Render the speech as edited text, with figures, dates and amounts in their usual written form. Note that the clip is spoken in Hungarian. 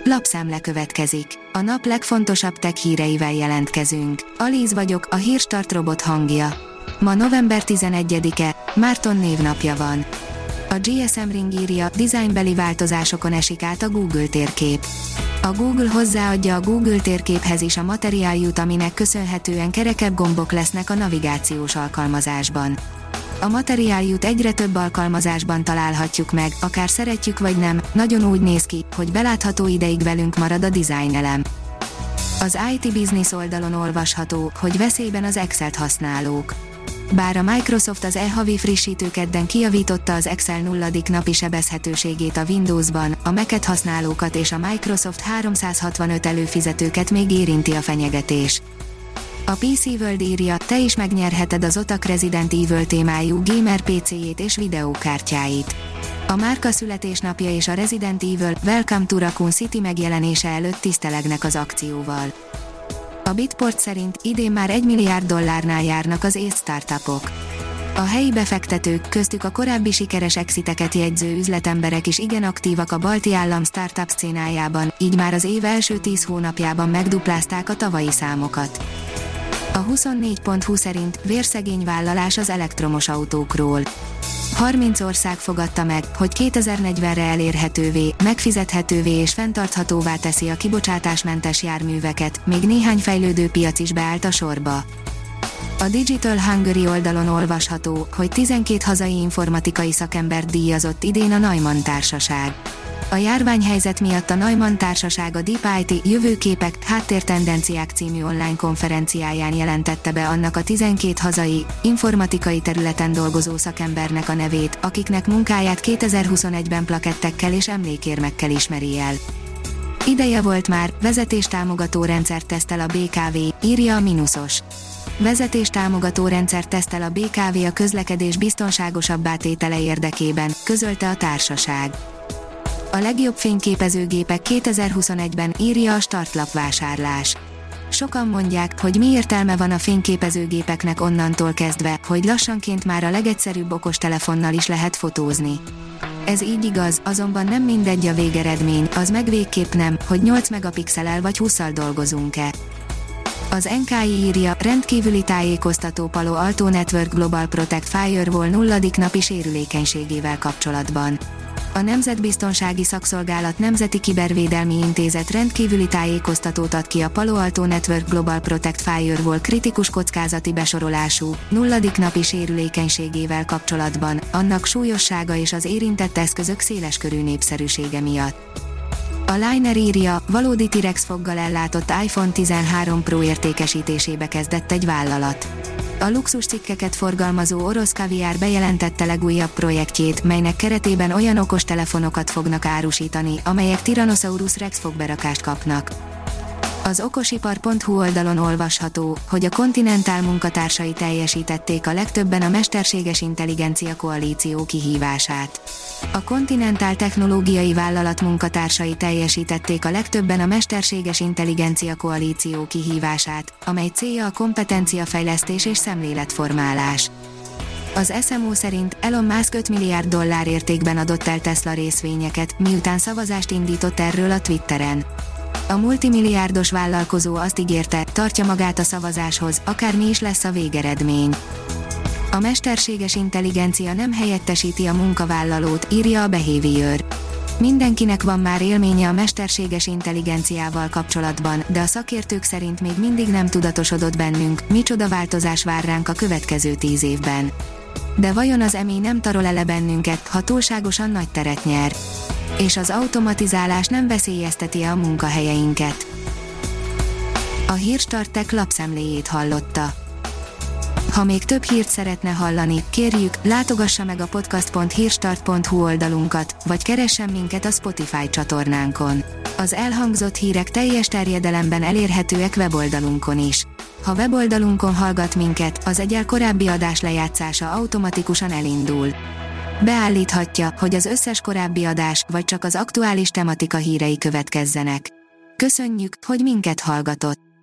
Lapszemle következik. A nap legfontosabb tech híreivel jelentkezünk. Alíz vagyok, a Hírstart robot hangja. Ma november 11-e, Márton névnapja van. A GSM Ring írja, dizájnbeli változásokon esik át a Google térkép. A Google hozzáadja a Google térképhez is a materiáljút, aminek köszönhetően kerekebb gombok lesznek a navigációs alkalmazásban. A materiáljút egyre több alkalmazásban találhatjuk meg, akár szeretjük vagy nem, nagyon úgy néz ki, hogy belátható ideig velünk marad a design elem. Az IT Business oldalon olvasható, hogy veszélyben az Excel-t használók. Bár a Microsoft az e-havi frissítő kedden kijavította az Excel nulladik napi sebezhetőségét a Windowsban, a Mac-et használókat és a Microsoft 365 előfizetőket még érinti a fenyegetés. A PC World írja, te is megnyerheted az Otak Resident Evil témájú gamer PC-jét és videókártyáit. A márka születésnapja és a Resident Evil Welcome to Raccoon City megjelenése előtt tisztelegnek az akcióval. A Bitport szerint idén már $1 milliárd járnak az észt startupok. A helyi befektetők, köztük a korábbi sikeres exiteket jegyző üzletemberek is igen aktívak a balti állam startup szcénájában, így már az év első 10 hónapjában megduplázták a tavalyi számokat. A 24.20 szerint vérszegény vállalás az elektromos autókról. 30 ország fogadta meg, hogy 2040-re elérhetővé, megfizethetővé és fenntarthatóvá teszi a kibocsátásmentes járműveket, még néhány fejlődő piac is beállt a sorba. A Digital Hungary oldalon olvasható, hogy 12 hazai informatikai szakembert díjazott idén a Neumann Társaság. A járványhelyzet miatt a Neumann Társaság a Deep IT Jövőképek, Háttértendenciák című online konferenciáján jelentette be annak a 12 hazai, informatikai területen dolgozó szakembernek a nevét, akiknek munkáját 2021-ben plakettekkel és emlékérmekkel ismeri el. Ideje volt már, vezetéstámogató rendszert tesztel a BKV, írja a Minusos. Vezetéstámogató rendszert tesztel a BKV a közlekedés biztonságosabbá tétele érdekében, közölte a társaság. A legjobb fényképezőgépek 2021-ben, írja a Startlap vásárlás. Sokan mondják, hogy mi értelme van a fényképezőgépeknek onnantól kezdve, hogy lassanként már a legegyszerűbb okostelefonnal is lehet fotózni. Ez így igaz, azonban nem mindegy a végeredmény, az meg végképp nem, hogy 8 megapixellel vagy 20-szal dolgozunk-e. Az NKI írja, rendkívüli tájékoztató Palo Alto Network Global Protect Firewall nulladik napi sérülékenységével kapcsolatban. A Nemzetbiztonsági Szakszolgálat Nemzeti Kibervédelmi Intézet rendkívüli tájékoztatót ad ki a Palo Alto Network Global Protect Firewall kritikus kockázati besorolású, nulladik napi sérülékenységével kapcsolatban, annak súlyossága és az érintett eszközök széleskörű népszerűsége miatt. A Liner írja, valódi T-Rex foggal ellátott iPhone 13 Pro értékesítésébe kezdett egy vállalat. A luxus cikkeket forgalmazó orosz Caviar bejelentette legújabb projektjét, melynek keretében olyan okostelefonokat fognak árusítani, amelyek Tyrannosaurus Rex fogberakást kapnak. Az okosipar.hu oldalon olvasható, hogy a Continental munkatársai teljesítették a legtöbben a mesterséges intelligencia koalíció kihívását. A Continental technológiai vállalat munkatársai teljesítették a legtöbben a mesterséges intelligencia koalíció kihívását, amely célja a kompetenciafejlesztés és szemléletformálás. Az SMO szerint Elon Musk $5 milliárd értékben adott el Tesla részvényeket, miután szavazást indított erről a Twitteren. A multimilliárdos vállalkozó azt ígérte, tartja magát a szavazáshoz, akármi is lesz a végeredmény. A mesterséges intelligencia nem helyettesíti a munkavállalót, írja a Behavior. Mindenkinek van már élménye a mesterséges intelligenciával kapcsolatban, de a szakértők szerint még mindig nem tudatosodott bennünk, micsoda változás vár ránk a következő 10 évben. De vajon az EMI nem tarol ele bennünket, ha túlságosan nagy teret nyer? És az automatizálás nem veszélyezteti a munkahelyeinket. A Hírstart Tech lapszemléjét hallotta. Ha még több hírt szeretne hallani, kérjük, látogassa meg a podcast.hírstart.hu oldalunkat, vagy keressen minket a Spotify csatornánkon. Az elhangzott hírek teljes terjedelemben elérhetőek weboldalunkon is. Ha weboldalunkon hallgat minket, az egyel korábbi adás lejátszása automatikusan elindul. Beállíthatja, hogy az összes korábbi adás, vagy csak az aktuális tematika hírei következzenek. Köszönjük, hogy minket hallgatott!